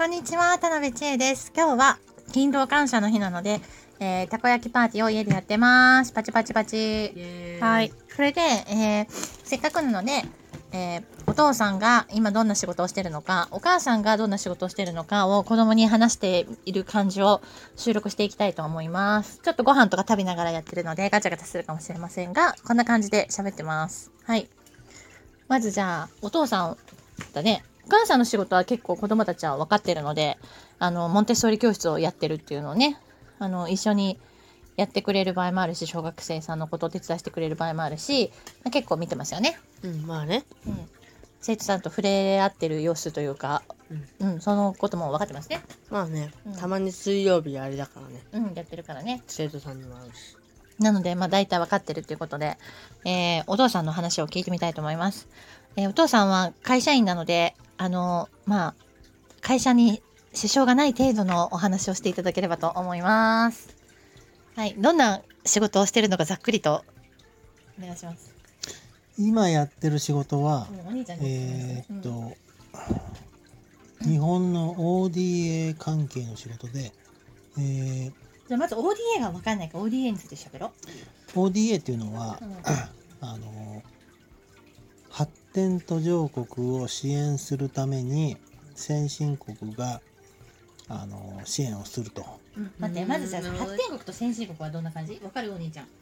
んにちは、田辺千恵です。今日は勤労感謝の日なので、たこ焼きパーティーを家でやってます。パチパチパチ。はい。それで、せっかくなので、お父さんが今どんな仕事をしてるのか、お母さんがどんな仕事をしてるのかを子供に話している感じを収録していきたいと思います。ちょっとご飯とか食べながらやってるのでガチャガチャするかもしれませんが、こんな感じで喋ってます。はい。まずじゃあ、お父さんだね。お母さんの仕事は結構子供たちは分かってるので、モンテッソーリ教室をやってるっていうのをね、一緒にやってくれる場合もあるし、小学生さんのことを手伝いしてくれる場合もあるし、結構見てますよね。 まあね。 生徒さんと触れ合ってる様子というか、そのことも分かってますね。 まあね、たまに水曜日あれだからね。 やってるからね。 生徒さんにも会うし。 なので、大体分かってるっていうことで、お父さんの話を聞いてみたいと思います。お父さんは会社員なので、会社に支障がない程度のお話をしていただければと思います。はい。どんな仕事をしているのかざっくりとお願いします。 今やってる仕事は、日本の ODA 関係の仕事で、 じゃあまず ODA が分かんないから ODA について喋ろう。 ODA っていうのは、発展途上国を支援するために先進国が支援をすると。 待って、まずじゃあ発展国と先進国はどんな感じ？分かるお兄ちゃん。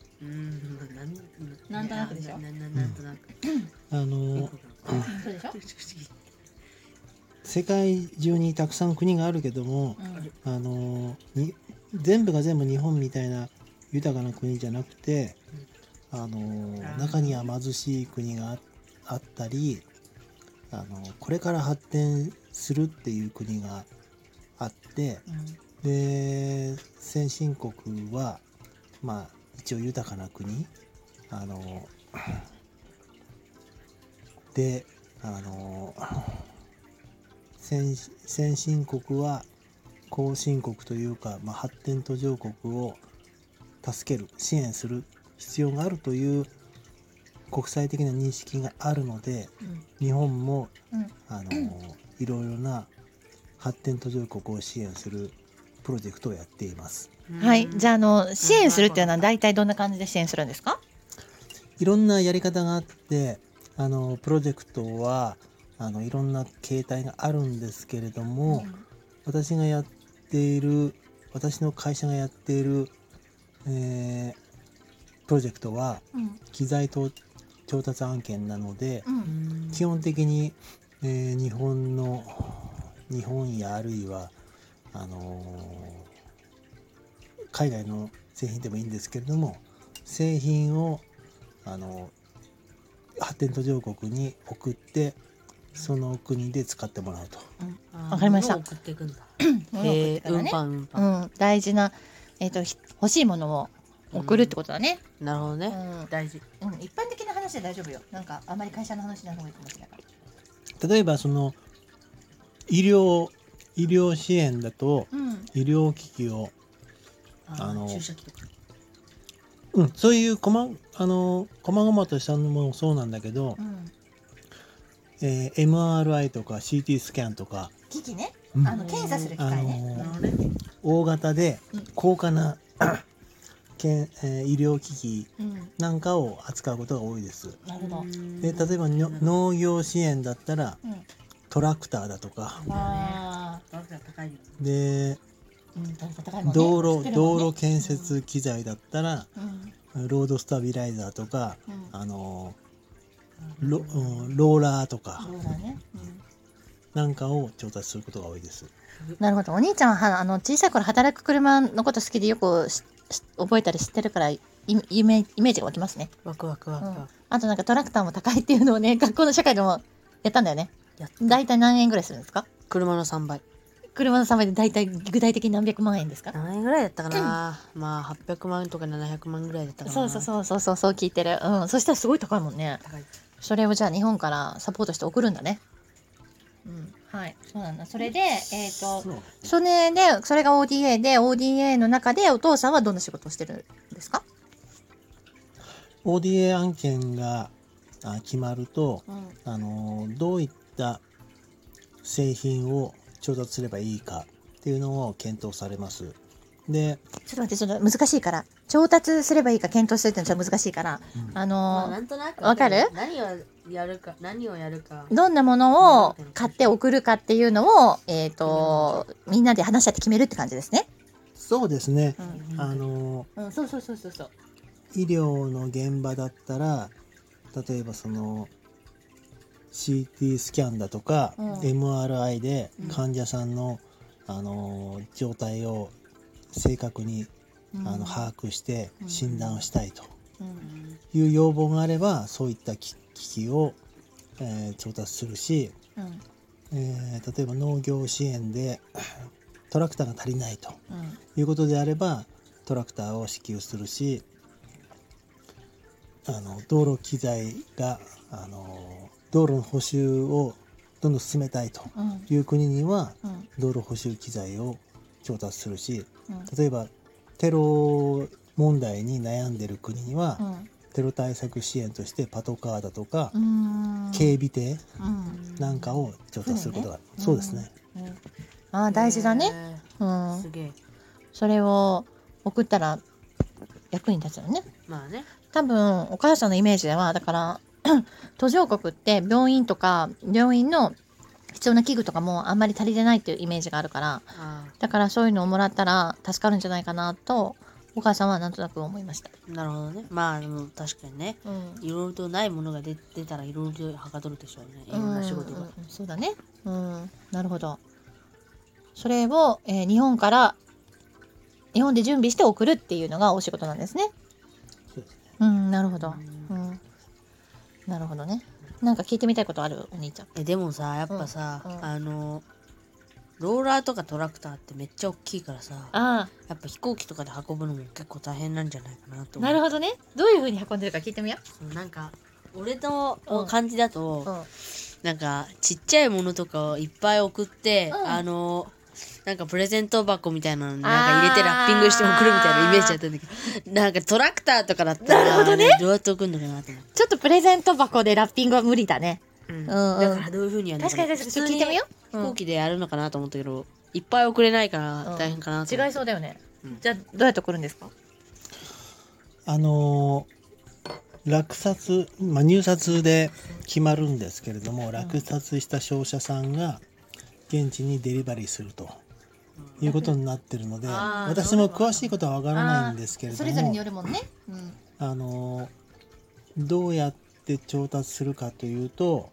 なんとなくでしょ。 なんとなく。 そうでしょ。 世界中にたくさん国があるけども、全部が全部日本みたいな豊かな国じゃなくて、中には貧しい国があったり、これから発展するっていう国があって、で先進国は一応豊かな国で先進国は後進国というか、発展途上国を助ける支援する必要があるという国際的な認識があるので、日本も、いろいろな発展途上国を支援するプロジェクトをやっています。 はい。じゃあ支援するっていうのは大体どんな感じで支援するんですか？ いろんなやり方があって、プロジェクトはいろんな形態があるんですけれども、私の会社がやっている、プロジェクトは、機材調達案件なので、基本的に、日本やあるいは海外の製品でもいいんですけれども、製品を発展途上国に送ってその国で使ってもらうと。 わかりました。 送っていくんだ。 運搬。大事な、欲しいものを送るってことだね。 なるほどね。大事。 一般的な話で大丈夫よ。なんかあまり会社の話な方がいいかもしれないから。 例えばその医療支援だと、医療機器を注射器とか。 そういう細々としたものもそうなんだけど、MRI とか CT スキャンとか機器ね、検査する機械ね、 大型で高価な医療機器なんかを扱うことが多いです。 なるほど。 で例えば農業支援だったら、トラクターだとかで、道路建設機材だったら、ロードスタビライザーとか、ローラーとかなんかを調達することが多いです。 なるほど。お兄ちゃんは小さい頃働く車のこと好きでよく覚えたり知ってるからイメージが湧きますね。 ワクワク。 あとなんかトラクターも高いっていうのをね、学校の社会でもやったんだよね。だいたい何円ぐらいするんですか？ 車の3倍。 車の3倍でだいたい具体的に何百万円ですか？ 何円ぐらいだったかな。800万とか700万ぐらいだったかな。 そう聞いてる。そしたらすごい高いもんね。 高い。 それをじゃあ日本からサポートして送るんだね。はい、そうなんだ。それでそれが ODA で ODA の中でお父さんはどんな仕事をしてるんですか？ ODA 案件が決まると、どういった製品を調達すればいいかっていうのを検討されます。で、 ちょっと待って、ちょっと難しいから。調達すればいいか検討するってのはちょっと難しいから。 まあなんとなくわかる？ 何をやるか。 どんなものを買って送るかっていうのを、みんなで話し合って決めるって感じですね。 そうですね。 そうそうそうそうそう。 医療の現場だったら、例えばその CT スキャンだとか、MRI で患者さんの、状態を正確に把握して診断をしたいという要望があれば、そういった機器を、調達するし、例えば農業支援でトラクターが足りないということであれば、トラクターを支給するし、道路機材が道路の補修をどんどん進めたいという国には、道路補修機材を調達するし、例えばテロ問題に悩んでいる国には、テロ対策支援としてパトカーだとか警備艇なんかを調達することがある。そうですね。 大事だね。 すげえ。 それを送ったら役に立つよね。 まあね。 多分お母さんのイメージではだから途上国って病院とか病院の必要な器具とかもあんまり足りてないっていうイメージがあるから、だからそういうのをもらったら助かるんじゃないかなとお母さんはなんとなく思いました。 なるほどね。まあでも確かにね、いろいろとないものが出たらいろいろとはかどるでしょうね。いろんな仕事が。 そうだね。なるほど。それを、日本で準備して送るっていうのがお仕事なんですね。 そうですね。 なるほど。なるほどね。なんか聞いてみたいことある？お兄ちゃん。 でもさ、やっぱさ、ローラーとかトラクターってめっちゃ大きいからさ、やっぱ飛行機とかで運ぶのも結構大変なんじゃないかなと思う。 なるほどね。どういう風に運んでるか聞いてみよう。なんか俺の感じだと、なんかちっちゃいものとかをいっぱい送って、なんかプレゼント箱みたいなのになんか入れてラッピングして送るみたいなイメージだったんだけど、なんかトラクターとかだったら、どうやって送るのかなと思って。 ちょっとプレゼント箱でラッピングは無理だね。 だからどういう風にやるのかな。 確かにちょっと聞いてみよう。 飛行機でやるのかなと思ったけど、いっぱい送れないから大変かなと思って。 違いそうだよね。じゃあどうやって送るんですか？ 落札、入札で決まるんですけれども、落札した商社さんが現地にデリバリーするということになってるので、私も詳しいことはわからないんですけれども、 それぞれによるもんね。 どうやって調達するかというと、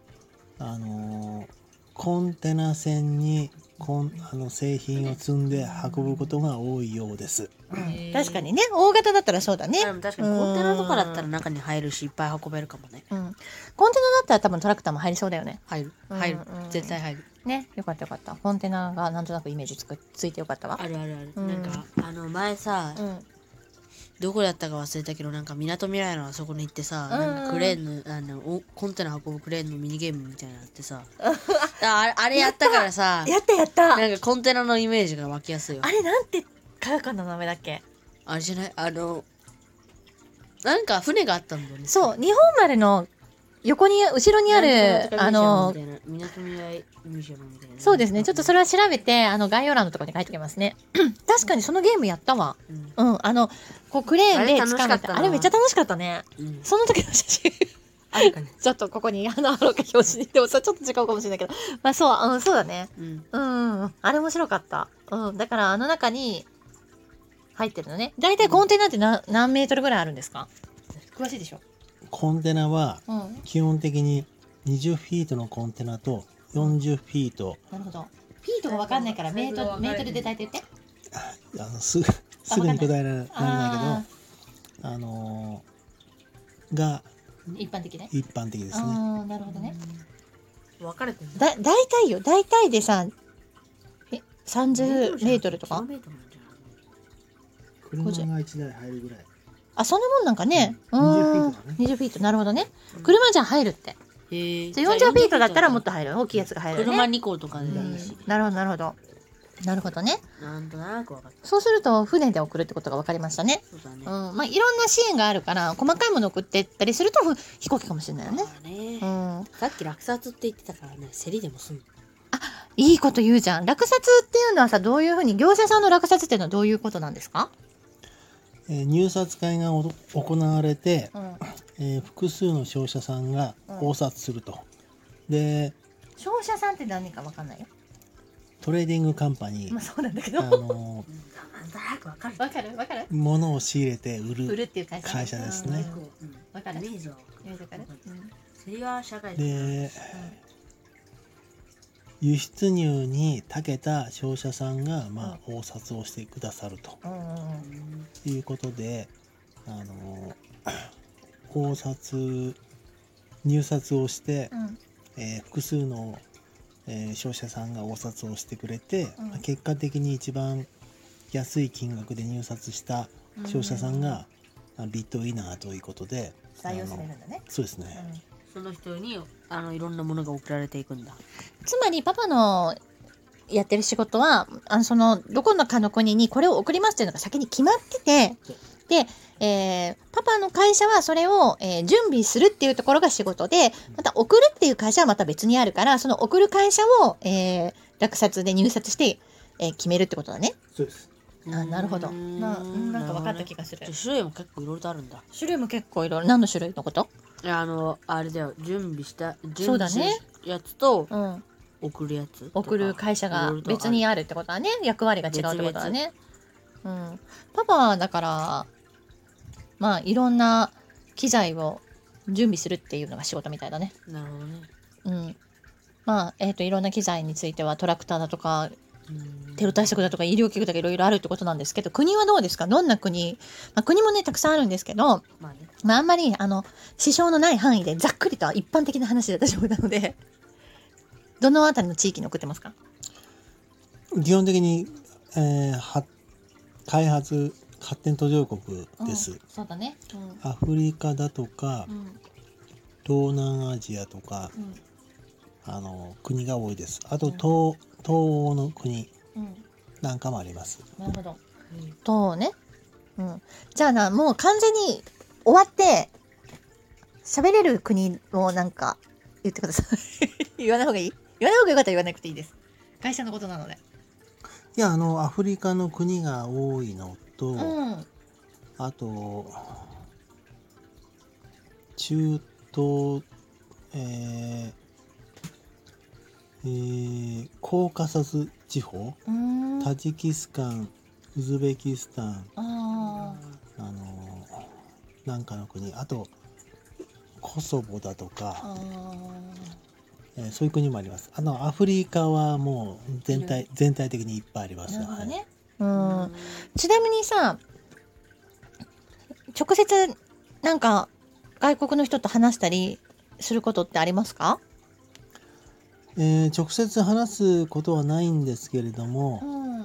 コンテナ船に製品を積んで運ぶことが多いようです。 確かにね、大型だったらそうだね。 確かにコンテナとかだったら中に入るし、いっぱい運べるかもね。 コンテナだったら多分トラクターも入りそうだよね。 入る絶対入るね。よかったよかった。コンテナがなんとなくイメージついてよかったわ。 ある。なんか前さ、どこだったか忘れたけど、なんか港未来のあそこに行ってさ、なんかクレーンのコンテナ運ぶクレーンのミニゲームみたいなのあってさ、あれやったからさ、 やったなんかコンテナのイメージが湧きやすいよ。 あれなんて科学館の名前だっけ？ あれじゃない、なんか船があったんだよね。 そう、日本丸の後ろにある港未来ミュージアムみたいな。 そうですね。ちょっとそれは調べて概要欄のところに書いておきますね。確かにそのゲームやったわ。こうクレーンで掴めた。あれめっちゃ楽しかったね。その時の写真あるかね。 ちょっとここにあろうか表紙に。でもさちょっと違うかもしれないけど、まあそうだね。あれ面白かった。だから中に入ってるのね。だいたいコンテナって何メートルぐらいあるんですか？詳しいでしょ？ コンテナは基本的に20フィートのコンテナと40フィート。 なるほど。フィートが分かんないからメートルで大体言って。 すぐに答えられないけど、が一般的ね。 一般的ですね。 なるほどね。 分かれてる。 大体よ。大体でさ、30メートルとか？ 車が1台入るぐらい。 そんなもんなんかね。 20フィートだね。 20フィート、なるほどね。車じゃ入るって。じゃあ40フィートだったらもっと入る。大きいやつが入るね。 車2個とかでいいし。 なるほど、なるほど。なるほどね。 なんとなく分かった。 そうすると船で送るってことが分かりましたね。 そうだね。 いろんな支援があるから細かいものを送ってったりすると飛行機かもしれないよね。 さっき落札って言ってたからね、競りでもすんの。 いいこと言うじゃん。落札っていうのはさ、どういうふうに、業者さんの落札っていうのはどういうことなんですか？ 入札会が行われて、 うん、 複数の商社さんが応札すると。で、 商社さんって何か分かんないよ。 トレーディングカンパニー、 まあそうなんだけど。 早くわかる。 わかるわかる。 物を仕入れて売るっていう会社ですね。 わかる。 いいぞ。 わかる。 それは社会で、輸出入に長けた商社さんが、応札をしてくださるということで、応札入札をして、複数の、商社さんが応札をしてくれて、結果的に一番安い金額で入札した商社さんが、ビットウィナーということで採用されるんだね。 そうですね。 その人にいろんなものが送られていくんだ。 つまりパパのやってる仕事はどこのかの国にこれを送りますっていうのが先に決まってて、で、パパの会社はそれを、準備するっていうところが仕事で、また送るっていう会社はまた別にあるから、その送る会社を、落札で入札して、決めるってことだね。 そうです。 なるほど。なんか分かった気がする。 種類も結構いろいろとあるんだ。 種類も結構いろいろ。何の種類のこと？ あれだよ、準備したやつと、送るやつ。 送る会社が別にあるってことだね。役割が違うってことだね。パパはだからいろんな機材を準備するっていうのが仕事みたいだね。 なるほどね。 いろんな機材についてはトラクターだとかテロ対策だとか医療器具とかいろいろあるってことなんですけど、国はどうですか？どんな国？国もねたくさんあるんですけど、あんまり支障のない範囲でざっくりと一般的な話で大丈夫なのでどのあたりの地域に送ってますか？ 基本的に、開発発展途上国です。 そうだね。 アフリカだとか、東南アジアとか、国が多いです。あと東欧の国なんかもあります。 なるほど。東ね。じゃあもう完全に終わって喋れる国をなんか言ってください。言わない方がいい？言わない方がよかったら言わなくていいです。会社のことなので。 いやアフリカの国が多いのと、あと中東、コーカサス地方、タジキスタン、ウズベキスタン、なんかの国、あとコソボだとか、そういう国もあります。アフリカはもう全体的にいっぱいあります。 なるほどね。ちなみにさ、直接なんか外国の人と話したりすることってありますか？ 直接話すことはないんですけれども、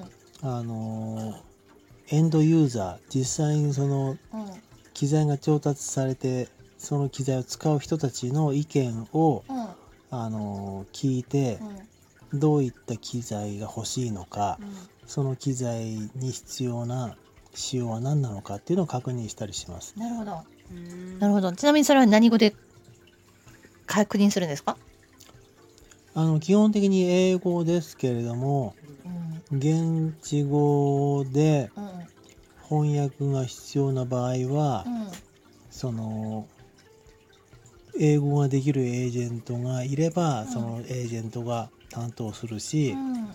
エンドユーザー、実際にその機材が調達されてその機材を使う人たちの意見を、聞いて、どういった機材が欲しいのか、その機材に必要な仕様は何なのかっていうのを確認したりします。 なるほど。なるほど。ちなみにそれは何語で確認するんですか？ 基本的に英語ですけれども、現地語で翻訳が必要な場合は、その英語ができるエージェントがいれば、そのエージェントが担当するし、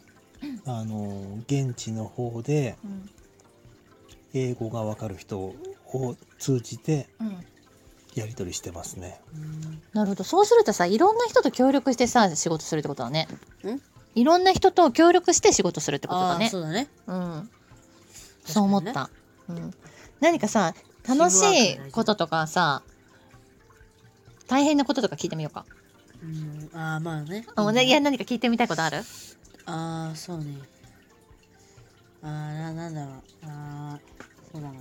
現地の方で英語が分かる人を通じてやり取りしてますね。 なるほど。そうするとさ、いろんな人と協力してさ仕事するってことだね。いろんな人と協力して仕事するってことだね。 そうだね。 そう思った。何かさ、楽しいこととかさ、大変なこととか聞いてみようか。 まあね。 いや、何か聞いてみたいことある？ そうね。なんだろう。そうだな。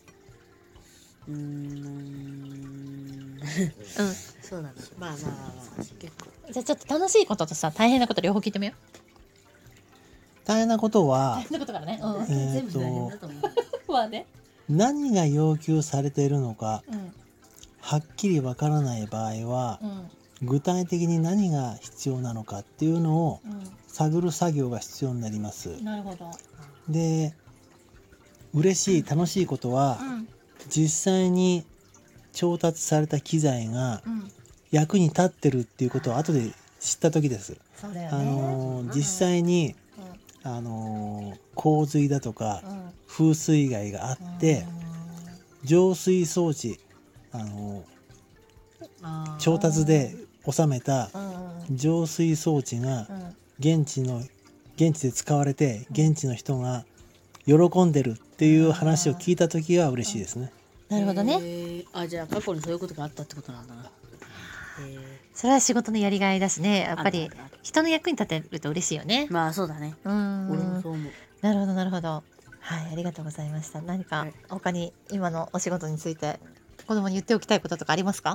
そうだな。まあ結構。 じゃあちょっと楽しいこととさ、大変なこと両方聞いてみよう。 大変なことは、 大変なことからね。 全部大変だと思う。 まあね。 何が要求されているのか、はっきりわからない場合は、 具体的に何が必要なのかっていうのを探る作業が必要になります。 なるほど。 で、嬉しい楽しいことは、実際に調達された機材が役に立ってるっていうことを後で知った時です。 そうだよね。 実際に、洪水だとか、風水害があって、浄水装置調達で収めた浄水装置が現地で使われて現地の人が喜んでるっていう話を聞いた時は嬉しいですね。 なるほどね。 じゃあ過去にそういうことがあったってことなんだな。 それは仕事のやりがいだしね、やっぱり人の役に立てると嬉しいよね。 まあそうだね。俺もそう思う。 なるほどなるほど。はい、ありがとうございました。何か他に今のお仕事について子供に言っておきたいこととかありますか？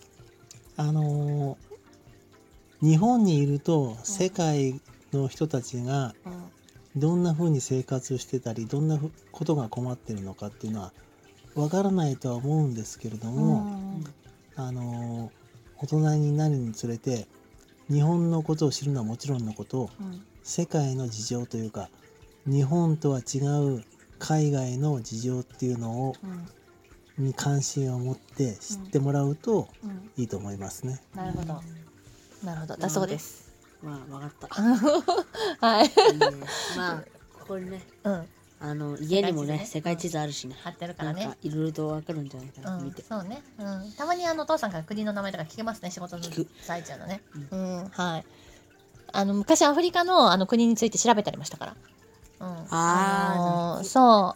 日本にいると世界の人たちがどんな風に生活してたりどんなことが困ってるのかっていうのはわからないとは思うんですけれども、大人になるにつれて日本のことを知るのはもちろんのこと、世界の事情というか日本とは違う海外の事情っていうのを、に関心を持って知ってもらうといいと思いますね。 なるほどなるほどだそうです。 まあ分かった。 はい。 まあここにね、家にもね世界地図あるしね、 貼ってるからね、 いろいろと分かるんじゃないかな、見て。 そうね。たまにお父さんから国の名前とか聞けますね、仕事の最中のね。はい。昔アフリカの国について調べたりましたから。そう、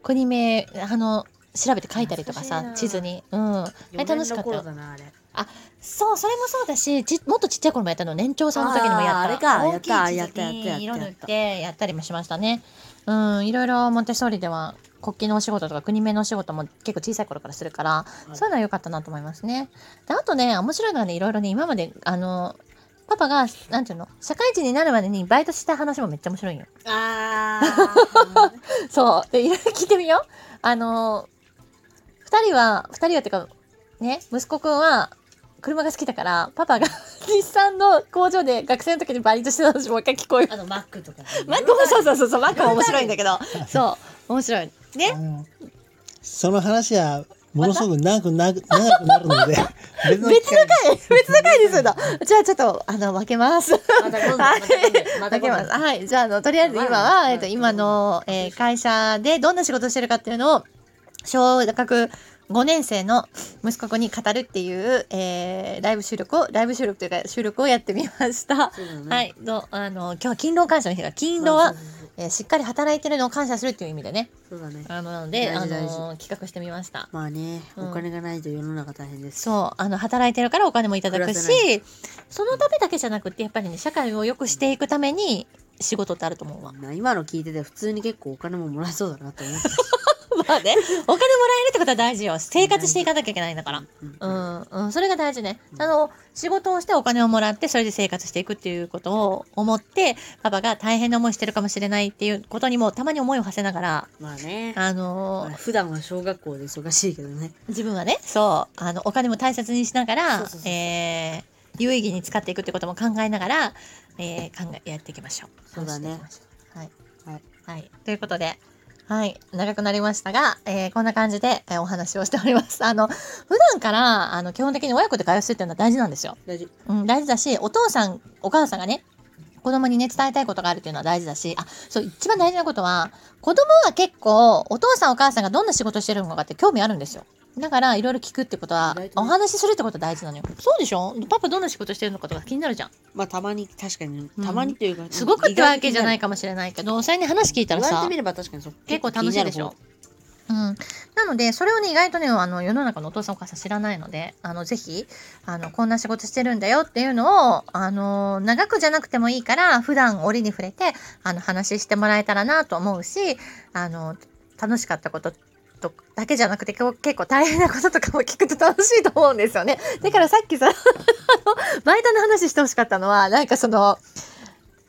国名調べて書いたりとかさ、地図に。楽しかったよ。そう、それもそうだし、もっとちっちゃい頃もやったの、年長さんの時にもやった。 あれか、 大きい地図に色塗ってやったりもしましたね。いろいろモンテッソーリでは国旗のお仕事とか国名のお仕事も結構小さい頃からするから、そういうのは良かったなと思いますね。で、あとね、面白いのはね、いろいろね、今までパパがなんていうの、社会人になるまでにバイトした話もめっちゃ面白いよ。そうで、いろいろ聞いてみよう。2人はってかね、息子くんは車が好きだから、パパが日産の工場で学生の時にバイトしてた話もう一回聞こえる。 マックとか。 マックもそう、マックも面白いんだけど、そう、面白い。ね。 その話はものすごく長くなるので、 別の回にするの。じゃあちょっと分けます。 また分けます。はい。じゃあとりあえず今は今の会社でどんな仕事をしてるかっていうのを小学5年生の息子くんに語るっていう、ライブ収録というか収録をやってみました。はい。今日は勤労感謝の日が、勤労はしっかり働いてるのを感謝するっていう意味でね。 そうだね。 なので企画してみました。 まあね、お金がないと世の中大変です。 そう、働いてるからお金もいただくし、そのためだけじゃなくってやっぱりね、社会を良くしていくために仕事ってあると思うわ。 今の聞いてて普通に結構お金ももらえそうだなと思って。 まあね、お金もらえるってことは大事よ。生活していかなきゃいけないんだから。それが大事ね。仕事をしてお金をもらって、それで生活していくっていうことを思って、パパが大変な思いしてるかもしれないっていうことにもたまに思いを馳せながら。 まあね。普段は小学校で忙しいけどね。 自分はね、そう、お金も大切にしながら、有意義に使っていくってことも考えながら、やっていきましょう。 そうだね。 はい。ということで、はい。長くなりましたが、こんな感じで、お話をしております。普段から、基本的に親子で会話するっていうのは大事なんですよ。大事だし、お父さん、お母さんがね、子供にね、伝えたいことがあるっていうのは大事だし、そう、一番大事なことは、子供は結構、お父さんお母さんがどんな仕事してるのかって興味あるんですよ。だから、いろいろ聞くってことは、お話しするってこと大事なのよ。そうでしょ？パパどんな仕事してるのかとか気になるじゃん。 まあ、たまに、確かに、たまにというか、 すごくってわけじゃないかもしれないけど、それに話聞いたらさ、 言われてみれば確かにそう。 結構楽しいでしょ。なので、それをね、意外とね、世の中のお父さんお母さん知らないので、ぜひ、こんな仕事してるんだよっていうのを、長くじゃなくてもいいから、普段折に触れて、話してもらえたらなと思うし、楽しかったことだけじゃなくて、結構大変なこととかも聞くと楽しいと思うんですよね。だからさっきさ、バイトの話してほしかったのは、なんか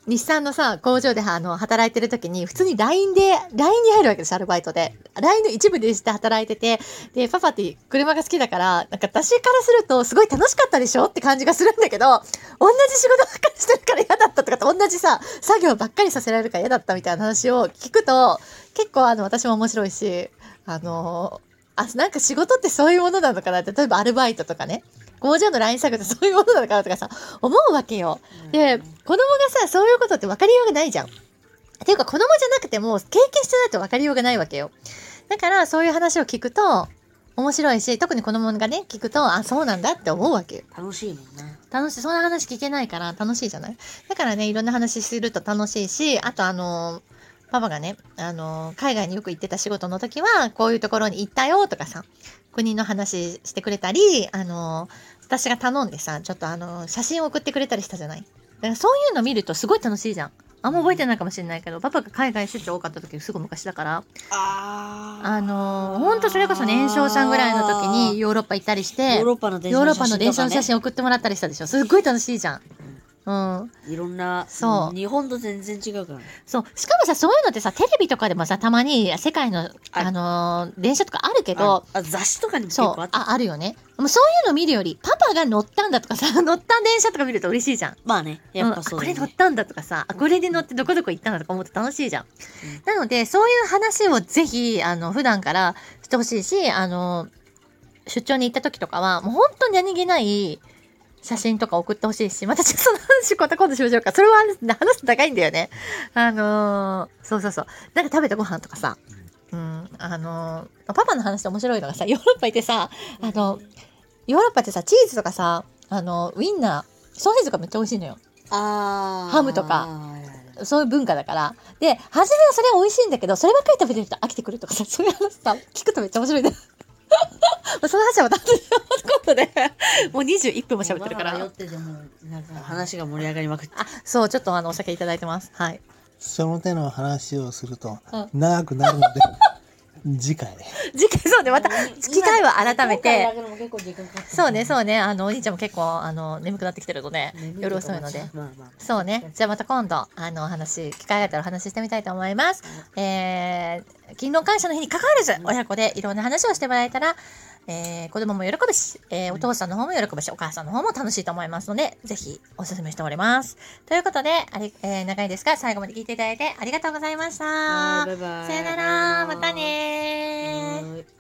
日産のさ、工場で働いてる時に、普通に LINE に入るわけです、アルバイトで。LINE の一部でして働いてて、で、パパって車が好きだから、なんか私からすると、すごい楽しかったでしょって感じがするんだけど、同じ仕事ばっかりしてるから嫌だったとか、同じさ、作業ばっかりさせられるから嫌だったみたいな話を聞くと、結構私も面白いし、なんか仕事ってそういうものなのかなって、例えばアルバイトとかね、工場の LINE 作業ってそういうものなのかなとかさ、思うわけよ。で、子供がさ、そういうことって分かりようがないじゃん。っていうか子供じゃなくても経験してないと分かりようがないわけよ。だからそういう話を聞くと面白いし、特に子供がね、聞くと、あ、そうなんだって思うわけよ。 楽しいもんな。 楽しい。そんな話聞けないから楽しいじゃない。だからね、いろんな話すると楽しいし、あとパパがね、海外によく行ってた仕事の時は、こういうところに行ったよとかさ、国の話してくれたり、私が頼んでさ、ちょっと写真を送ってくれたりしたじゃない。だからそういうの見るとすごい楽しいじゃん。あんま覚えてないかもしれないけど、パパが海外出張多かった時、すごい昔だから、ほんとそれこそ年少さんぐらいの時にヨーロッパ行ったりして、 ヨーロッパの電車の写真送ってもらったりしたでしょ。すっごい楽しいじゃん。うん。 いろんな、 そう。 日本と全然違うからね。 そう。しかもさ、そういうのってさ、テレビとかでもさ、たまに世界の、電車とかあるけど、 雑誌とかにも結構あった。 あるよね。もうそういうの見るより、パパが乗ったんだとかさ、乗った電車とか見ると嬉しいじゃん。 まあね、やっぱそうだね。 これ乗ったんだとかさ、これで乗ってどこどこ行ったんだとか思って楽しいじゃん。なので、そういう話をぜひ、普段からしてほしいし、出張に行った時とかは、もう本当に何気ない写真とか送ってほしいし、またその話今度しましょうか。それは話すと高いんだよね。そうそうそう。なんか食べたご飯とかさ、パパの話って面白いのがさ、ヨーロッパ行ってさ、ヨーロッパってさ、チーズとかさ、ウインナー、ソーセージとかめっちゃ美味しいのよ。ハムとか。そういう文化だから。で、初めはそれは美味しいんだけど、そればっかり食べてると飽きてくるとかさ、そういう話さ、聞くとめっちゃ面白いね。その話はまた今度で、もう21分も喋ってるから。 酔ってでも、なんか話が盛り上がりまくって。 そう、ちょっとお酒いただいてます。はい。 その手の話をすると長くなるので、次回そうね、また機会は改めて。そうね、お兄ちゃんも結構眠くなってきてるので、夜遅いので、そうね、じゃあまた今度機会があったらお話ししてみたいと思います。勤労感謝の日に関わらず親子でいろんな話をしてもらえたら、子供も喜ぶし、お父さんの方も喜ぶし、お母さんの方も楽しいと思いますので、ぜひお勧めしております。ということで、長いですが最後まで聞いていただいてありがとうございました。 バイバイ。 さよなら、またねー。